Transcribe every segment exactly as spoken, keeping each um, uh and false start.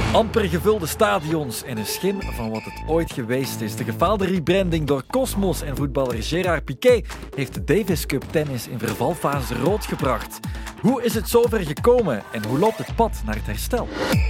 Amper gevulde stadions en een schim van wat het ooit geweest is. De gefaalde rebranding door Cosmos en voetballer Gérard Piqué heeft de Davis Cup tennis in vervalfase rood gebracht. Hoe is het zover gekomen en hoe loopt het pad naar het herstel?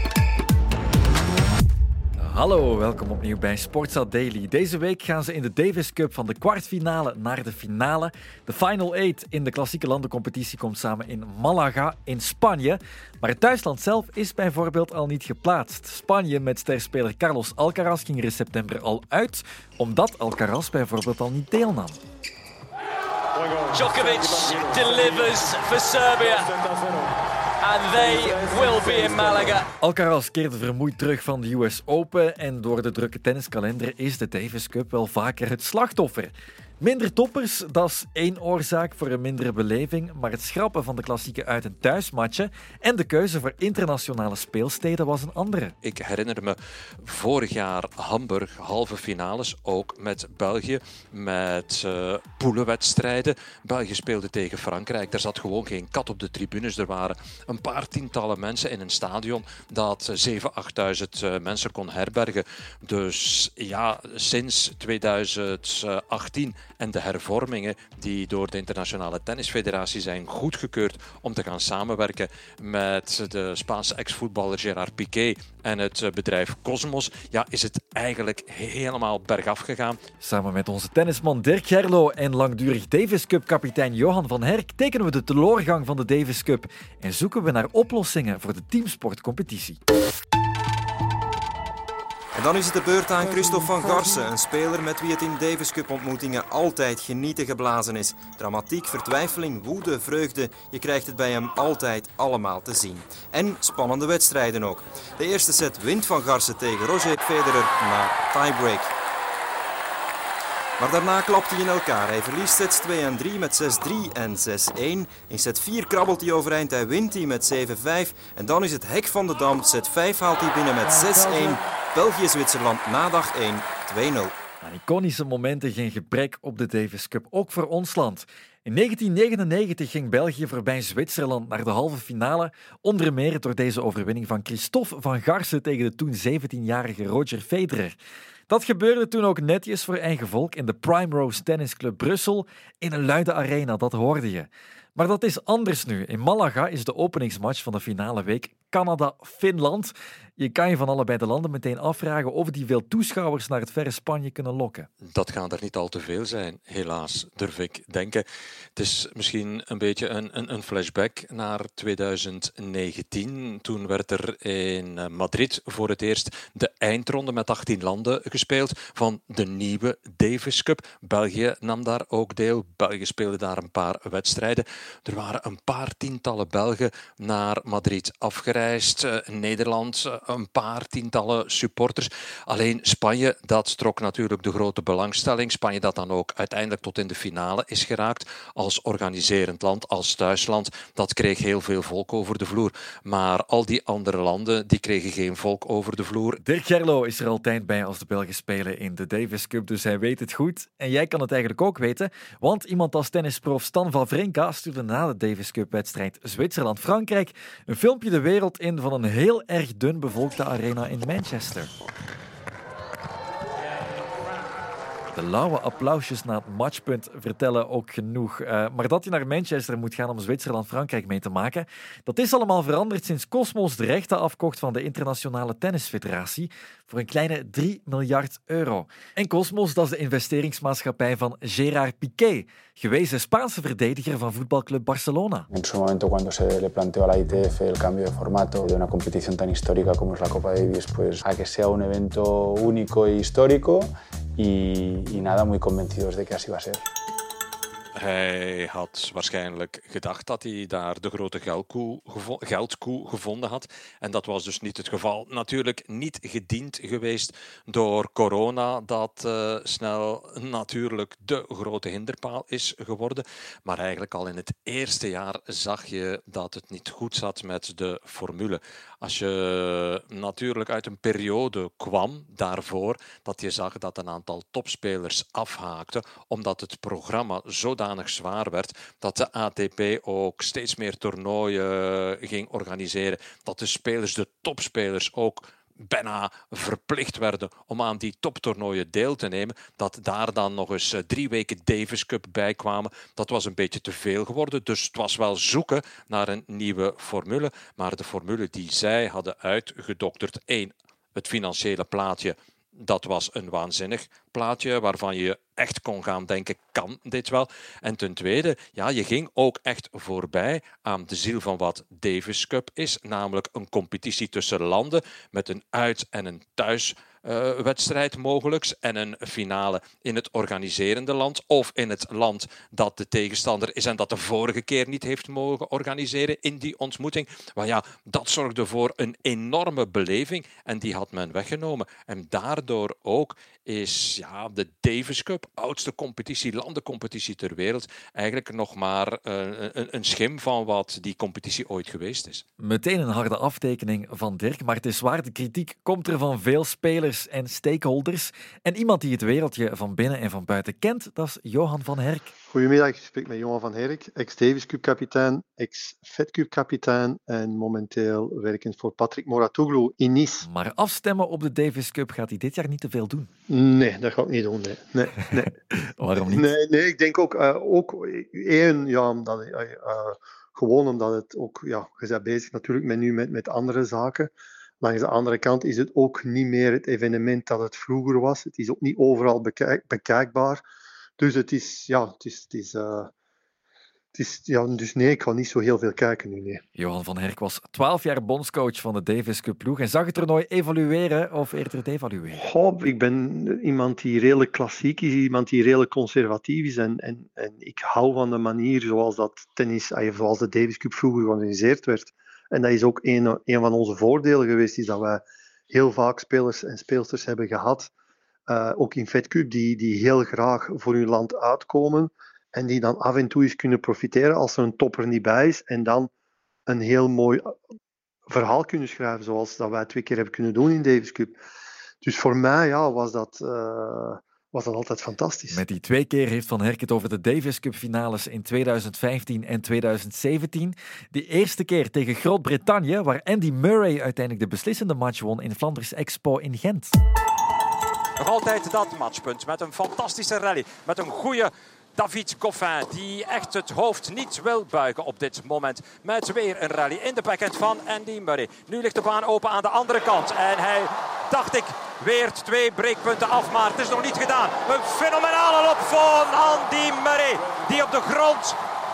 Hallo, welkom opnieuw bij Sportza Daily. Deze week gaan ze in de Davis Cup van de kwartfinale naar de finale. De Final Eight in de klassieke landencompetitie komt samen in Malaga in Spanje. Maar het thuisland zelf is bijvoorbeeld al niet geplaatst. Spanje met sterspeler Carlos Alcaraz ging er in september al uit, omdat Alcaraz bijvoorbeeld al niet deelnam. Djokovic delivers for Serbia. And they will be in Malaga. Alcaraz keerde vermoeid terug van de U S Open en door de drukke tenniskalender is de Davis Cup wel vaker het slachtoffer. Minder toppers, dat is één oorzaak voor een mindere beleving, maar het schrappen van de klassieke uit- en thuismatchen en de keuze voor internationale speelsteden was een andere. Ik herinner me vorig jaar Hamburg, halve finales, ook met België, met uh, poelenwedstrijden. België speelde tegen Frankrijk, daar zat gewoon geen kat op de tribunes. Er waren een paar tientallen mensen in een stadion dat zevenduizend, achtduizend uh, mensen kon herbergen. Dus ja, sinds tweeduizend achttien en de hervormingen die door de Internationale Tennisfederatie zijn goedgekeurd om te gaan samenwerken met de Spaanse ex-voetballer Gérard Piqué en het bedrijf Cosmos, ja, is het eigenlijk helemaal bergaf gegaan. Samen met onze tennisman Dirk Gerlo en langdurig Davis Cup-kapitein Johan van Herk tekenen we de teleurgang van de Davis Cup en zoeken we naar oplossingen voor de teamsportcompetitie. En dan is het de beurt aan Christophe van Garsen, een speler met wie het in Davis Cup ontmoetingen altijd genieten geblazen is. Dramatiek, vertwijfeling, woede, vreugde, je krijgt het bij hem altijd allemaal te zien. En spannende wedstrijden ook. De eerste set wint Van Garsen tegen Roger Federer na tiebreak. Maar daarna klapt hij in elkaar. Hij verliest sets twee en drie met zes drie en zes een. In set vier krabbelt hij overeind, hij wint hij met zeven vijf. En dan is het hek van de dam. Set vijf haalt hij binnen met zes een. België-Zwitserland na dag één, twee nul. Aan iconische momenten geen gebrek op de Davis Cup, ook voor ons land. In negentien negenennegentig ging België voorbij Zwitserland naar de halve finale, onder meer door deze overwinning van Christophe van Garsen tegen de toen zeventienjarige Roger Federer. Dat gebeurde toen ook netjes voor eigen volk in de Primrose Tennisclub Brussel in een luide arena, dat hoorde je. Maar dat is anders nu. In Malaga is de openingsmatch van de finale week Canada-Finland. Je kan je van allebei de landen meteen afvragen of die veel toeschouwers naar het verre Spanje kunnen lokken. Dat gaan er niet al te veel zijn, helaas, durf ik denken. Het is misschien een beetje een, een, een flashback naar tweeduizend negentien. Toen werd er in Madrid voor het eerst de eindronde met achttien landen gespeeld van de nieuwe Davis Cup. België nam daar ook deel. België speelde daar een paar wedstrijden. Er waren een paar tientallen Belgen naar Madrid afgereisd. Uh, Nederland, uh, een paar tientallen supporters. Alleen Spanje, dat trok natuurlijk de grote belangstelling. Spanje dat dan ook uiteindelijk tot in de finale is geraakt. Als organiserend land, als thuisland. Dat kreeg heel veel volk over de vloer. Maar al die andere landen, die kregen geen volk over de vloer. Dirk Gerlo is er altijd bij als de Belgen spelen in de Davis Cup, dus hij weet het goed. En jij kan het eigenlijk ook weten, want iemand als tennisprof Stan Wawrinka stuurde na de Davis Cup-wedstrijd Zwitserland-Frankrijk een filmpje de wereld in van een heel erg dun bevolkte arena in Manchester. De lauwe applausjes na het matchpunt vertellen ook genoeg. Uh, maar dat je naar Manchester moet gaan om Zwitserland-Frankrijk mee te maken, dat is allemaal veranderd sinds Cosmos de rechten afkocht van de Internationale Tennisfederatie voor een kleine drie miljard euro. En Cosmos, dat is de investeringsmaatschappij van Gérard Piqué, gewezen Spaanse verdediger van voetbalclub Barcelona. En su momento, cuando se le planteó a la I T F el cambio de formato de una competición tan histórica como es la Copa Davis, pues a que sea un evento único y histórico y, y nada, muy convencidos de que así va a ser. Hij had waarschijnlijk gedacht dat hij daar de grote geldkoe, gevo- geldkoe gevonden had. En dat was dus niet het geval. Natuurlijk niet gediend geweest door corona, dat uh, snel natuurlijk de grote hinderpaal is geworden. Maar eigenlijk al in het eerste jaar zag je dat het niet goed zat met de formule. Als je natuurlijk uit een periode kwam daarvoor, dat je zag dat een aantal topspelers afhaakten, omdat het programma zodanig zwaar werd dat de A T P ook steeds meer toernooien ging organiseren, dat de spelers, de topspelers ook bijna verplicht werden om aan die toptoernooien deel te nemen, dat daar dan nog eens drie weken Davis Cup bij kwamen. Dat was een beetje te veel geworden. Dus het was wel zoeken naar een nieuwe formule. Maar de formule die zij hadden uitgedokterd, één, het financiële plaatje, dat was een waanzinnig plaatje waarvan je echt kon gaan denken, kan dit wel? En ten tweede, ja, je ging ook echt voorbij aan de ziel van wat Davis Cup is, namelijk een competitie tussen landen met een uit- en een thuis Uh, wedstrijd mogelijks en een finale in het organiserende land of in het land dat de tegenstander is en dat de vorige keer niet heeft mogen organiseren in die ontmoeting. Maar ja, dat zorgde voor een enorme beleving en die had men weggenomen. En daardoor ook is ja, de Davis Cup, oudste competitie, landencompetitie ter wereld, eigenlijk nog maar uh, een, een schim van wat die competitie ooit geweest is. Meteen een harde aftekening van Dirk, maar het is waar, de kritiek komt er van veel spelers en stakeholders. En iemand die het wereldje van binnen en van buiten kent, dat is Johan van Herk. Goedemiddag, ik spreek met Johan van Herk, ex-Davis Cup kapitein, ex-Fed Cup kapitein en momenteel werkend voor Patrick Mouratoglou in Nice. Maar afstemmen op de Davis Cup gaat hij dit jaar niet te veel doen. Nee, dat ga ik niet doen. Nee. Nee, nee. Waarom niet? Nee, nee, ik denk ook, uh, ook één, ja, omdat, uh, uh, gewoon omdat het ook, ja, je bent bezig natuurlijk met, nu met, met andere zaken. Langs de andere kant is het ook niet meer het evenement dat het vroeger was. Het is ook niet overal bekijk, bekijkbaar. Dus het is, ja, het is, het is, uh, het is, ja, dus nee, ik ga niet zo heel veel kijken nu, nee. Johan van Herk was twaalf jaar bondscoach van de Davis Cup ploeg en zag het toernooi evolueren of eerder devalueren? Oh, ik ben iemand die redelijk klassiek is, iemand die redelijk conservatief is en, en, en ik hou van de manier zoals dat tennis, zoals de Davis Cup vroeger georganiseerd werd. En dat is ook een, een van onze voordelen geweest, is dat wij heel vaak spelers en speelsters hebben gehad, uh, ook in Fed Cup, die, die heel graag voor hun land uitkomen en die dan af en toe eens kunnen profiteren als er een topper niet bij is en dan een heel mooi verhaal kunnen schrijven, zoals dat wij twee keer hebben kunnen doen in Davis Cup. Dus voor mij ja, was dat... Uh, was dat altijd fantastisch. Met die twee keer heeft Van Herk het over de Davis Cup finales in tweeduizend vijftien en tweeduizend zeventien. Die eerste keer tegen Groot-Brittannië, waar Andy Murray uiteindelijk de beslissende match won in Flanders Expo in Gent. Nog altijd dat matchpunt met een fantastische rally, met een goede David Goffin, die echt het hoofd niet wil buigen op dit moment. Met weer een rally in de backhand van Andy Murray. Nu ligt de baan open aan de andere kant. En hij, dacht ik, weert twee breekpunten af, maar het is nog niet gedaan. Een fenomenale lop van Andy Murray, die op de grond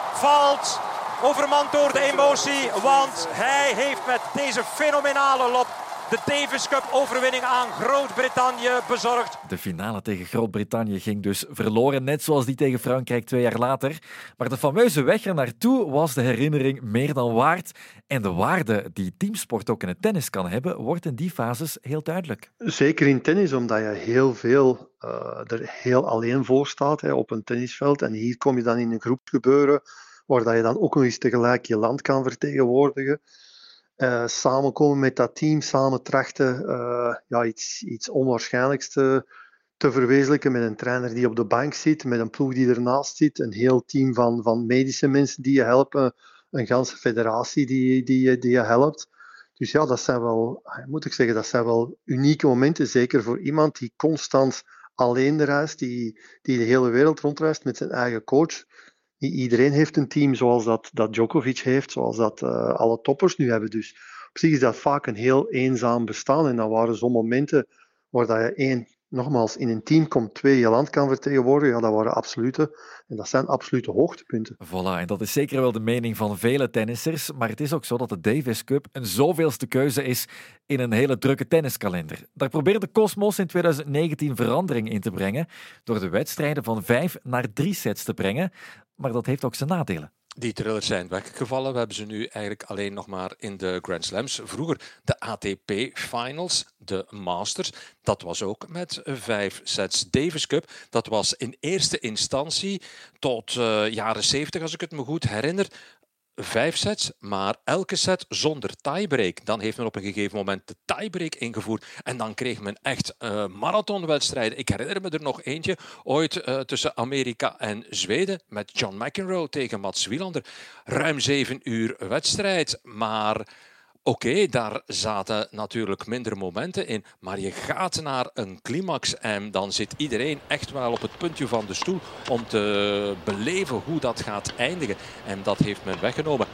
valt. Overmand door de emotie, want hij heeft met deze fenomenale lop de Davis Cup overwinning aan Groot-Brittannië bezorgd. De finale tegen Groot-Brittannië ging dus verloren, net zoals die tegen Frankrijk twee jaar later. Maar de fameuze weg er naartoe was de herinnering meer dan waard. En de waarde die teamsport ook in het tennis kan hebben, wordt in die fases heel duidelijk. Zeker in tennis, omdat je heel veel uh, er heel alleen voor staat hè, op een tennisveld. En hier kom je dan in een groepsgebeuren, waar dat je dan ook nog eens tegelijk je land kan vertegenwoordigen. Uh, samenkomen met dat team, samen trachten uh, ja, iets, iets onwaarschijnlijks te, te verwezenlijken met een trainer die op de bank zit, met een ploeg die ernaast zit, een heel team van, van medische mensen die je helpen, een ganse federatie die, die, die je helpt. Dus ja, dat zijn wel, moet ik zeggen, dat zijn wel unieke momenten, zeker voor iemand die constant alleen reist, die, die de hele wereld rondreist met zijn eigen coach. Niet iedereen heeft een team zoals dat, dat Djokovic heeft, zoals dat uh, alle toppers nu hebben. Dus op zich is dat vaak een heel eenzaam bestaan. En dan waren zo'n momenten waar dat je één, nogmaals, in een team komt, twee, je land kan vertegenwoordigen. Ja, dat waren absolute, en dat zijn absolute hoogtepunten. Voilà, en dat is zeker wel de mening van vele tennissers. Maar het is ook zo dat de Davis Cup een zoveelste keuze is in een hele drukke tenniskalender. Daar probeerde Cosmos in tweeduizend negentien verandering in te brengen door de wedstrijden van vijf naar drie sets te brengen. Maar dat heeft ook zijn nadelen. Die thrillers zijn weggevallen. We hebben ze nu eigenlijk alleen nog maar in de Grand Slams. Vroeger de A T P Finals, de Masters. Dat was ook met vijf sets. Davis Cup, dat was in eerste instantie tot uh, jaren zeventig, als ik het me goed herinner, vijf sets, maar elke set zonder tiebreak. Dan heeft men op een gegeven moment de tiebreak ingevoerd en dan kreeg men echt uh, marathonwedstrijden. Ik herinner me er nog eentje, ooit uh, tussen Amerika en Zweden, met John McEnroe tegen Mats Wilander. Ruim zeven uur wedstrijd, maar Oké, okay, daar zaten natuurlijk minder momenten in, maar je gaat naar een climax en dan zit iedereen echt wel op het puntje van de stoel om te beleven hoe dat gaat eindigen. En dat heeft men weggenomen.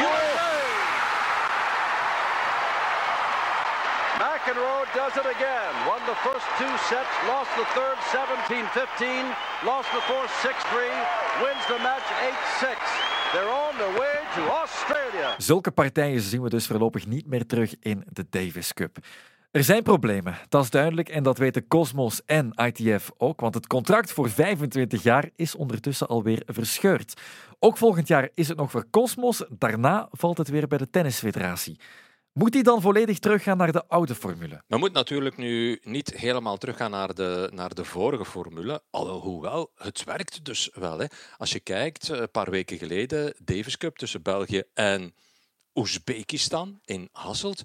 McEnroe does it again. Won the first two sets, lost the third seventeen fifteen, lost the fourth six three, wins the match eight six. They're on their way to Australia. Zulke partijen zien we dus voorlopig niet meer terug in de Davis Cup. Er zijn problemen, dat is duidelijk en dat weten Cosmos en I T F ook, want het contract voor vijfentwintig jaar is ondertussen alweer verscheurd. Ook volgend jaar is het nog voor Cosmos, daarna valt het weer bij de Tennisfederatie. Moet die dan volledig teruggaan naar de oude formule? Men moet natuurlijk nu niet helemaal teruggaan naar de, naar de vorige formule. Alhoewel, het werkt dus wel. Hè. Als je kijkt, een paar weken geleden, Davis Cup tussen België en Oezbekistan in Hasselt.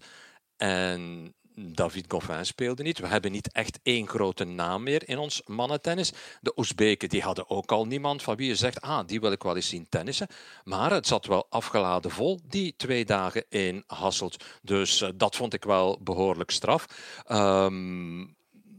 En David Goffin speelde niet. We hebben niet echt één grote naam meer in ons mannentennis. De Oezbeken die hadden ook al niemand van wie je zegt, ah, die wil ik wel eens zien tennissen. Maar het zat wel afgeladen vol, die twee dagen in Hasselt. Dus uh, dat vond ik wel behoorlijk straf. Um,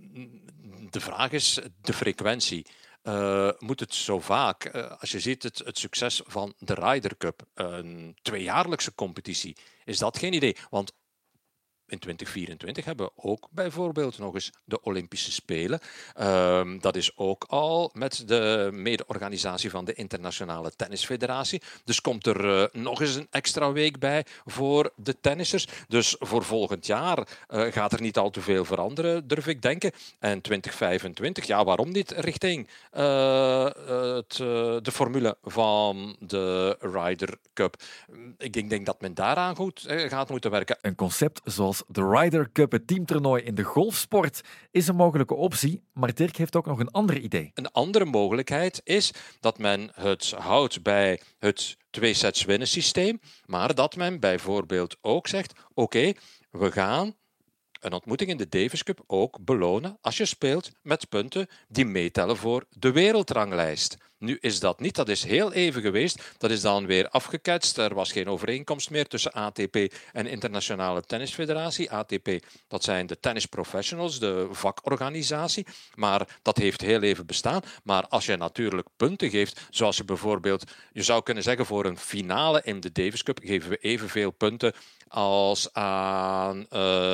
de vraag is de frequentie. Uh, moet het zo vaak? Uh, als je ziet het, het succes van de Ryder Cup, een tweejaarlijkse competitie, is dat geen idee. Want in twintig vierentwintig hebben we ook bijvoorbeeld nog eens de Olympische Spelen. Um, dat is ook al met de mede-organisatie van de Internationale Tennisfederatie. Dus komt er uh, nog eens een extra week bij voor de tennissers. Dus voor volgend jaar uh, gaat er niet al te veel veranderen, durf ik denken. En twintig vijfentwintig, ja, waarom niet richting uh, het, uh, de formule van de Ryder Cup? Ik denk, denk dat men daaraan goed uh, gaat moeten werken. Een concept zoals de Ryder Cup, het teamtoernooi in de golfsport, is een mogelijke optie, maar Dirk heeft ook nog een ander idee. Een andere mogelijkheid is dat men het houdt bij het twee sets winnen systeem, maar dat men bijvoorbeeld ook zegt, oké, okay, we gaan een ontmoeting in de Davis Cup ook belonen als je speelt met punten die meetellen voor de wereldranglijst. Nu is dat niet, dat is heel even geweest. Dat is dan weer afgeketst. Er was geen overeenkomst meer tussen A T P en Internationale Tennisfederatie. A T P, dat zijn de tennis professionals, de vakorganisatie. Maar dat heeft heel even bestaan. Maar als je natuurlijk punten geeft, zoals je bijvoorbeeld, je zou kunnen zeggen voor een finale in de Davis Cup, geven we evenveel punten als aan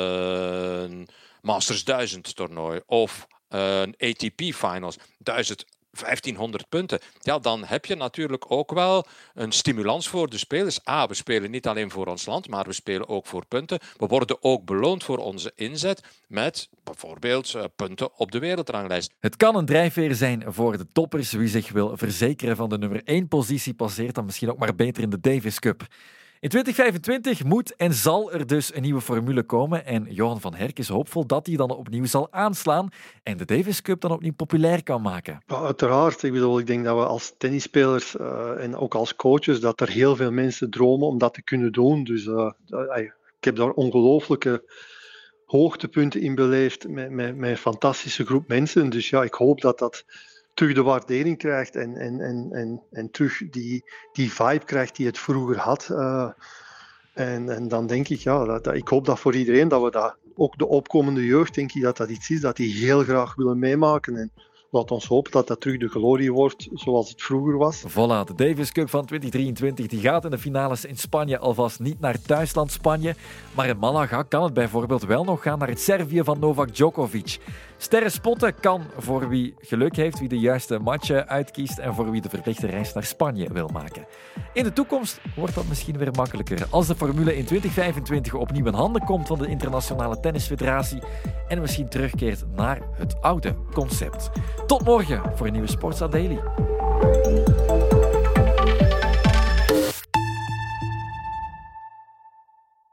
een Masters duizend toernooi of een A T P Finals duizend. vijftienhonderd punten. Ja, dan heb je natuurlijk ook wel een stimulans voor de spelers. Ah, we spelen niet alleen voor ons land, maar we spelen ook voor punten. We worden ook beloond voor onze inzet met bijvoorbeeld uh, punten op de wereldranglijst. Het kan een drijfveer zijn voor de toppers. Wie zich wil verzekeren van de nummer één positie passeert dan misschien ook maar beter in de Davis Cup. In twintig vijfentwintig moet en zal er dus een nieuwe formule komen en Johan van Herk is hoopvol dat die dan opnieuw zal aanslaan en de Davis Cup dan opnieuw populair kan maken. Ja, uiteraard. Ik bedoel, ik denk dat we als tennisspelers uh, en ook als coaches, dat er heel veel mensen dromen om dat te kunnen doen. Dus uh, uh, ik heb daar ongelooflijke hoogtepunten in beleefd met, met, met een fantastische groep mensen. Dus ja, ik hoop dat dat terug de waardering krijgt en, en, en, en, en terug die, die vibe krijgt die het vroeger had. Uh, en, en dan denk ik, ja, dat, dat, ik hoop dat voor iedereen, dat we dat, ook de opkomende jeugd, denk ik dat dat iets is dat die heel graag willen meemaken. En laat ons hopen dat dat terug de glorie wordt zoals het vroeger was. Voilà, de Davis Cup van twintig drieëntwintig die gaat in de finales in Spanje alvast niet naar thuisland Spanje. Maar in Malaga kan het bijvoorbeeld wel nog gaan naar het Servië van Novak Djokovic. Sterren spotten kan voor wie geluk heeft, wie de juiste matchen uitkiest en voor wie de verplichte reis naar Spanje wil maken. In de toekomst wordt dat misschien weer makkelijker als de formule in twintig vijfentwintig opnieuw in handen komt van de Internationale Tennisfederatie en misschien terugkeert naar het oude concept. Tot morgen voor een nieuwe Sportza Daily.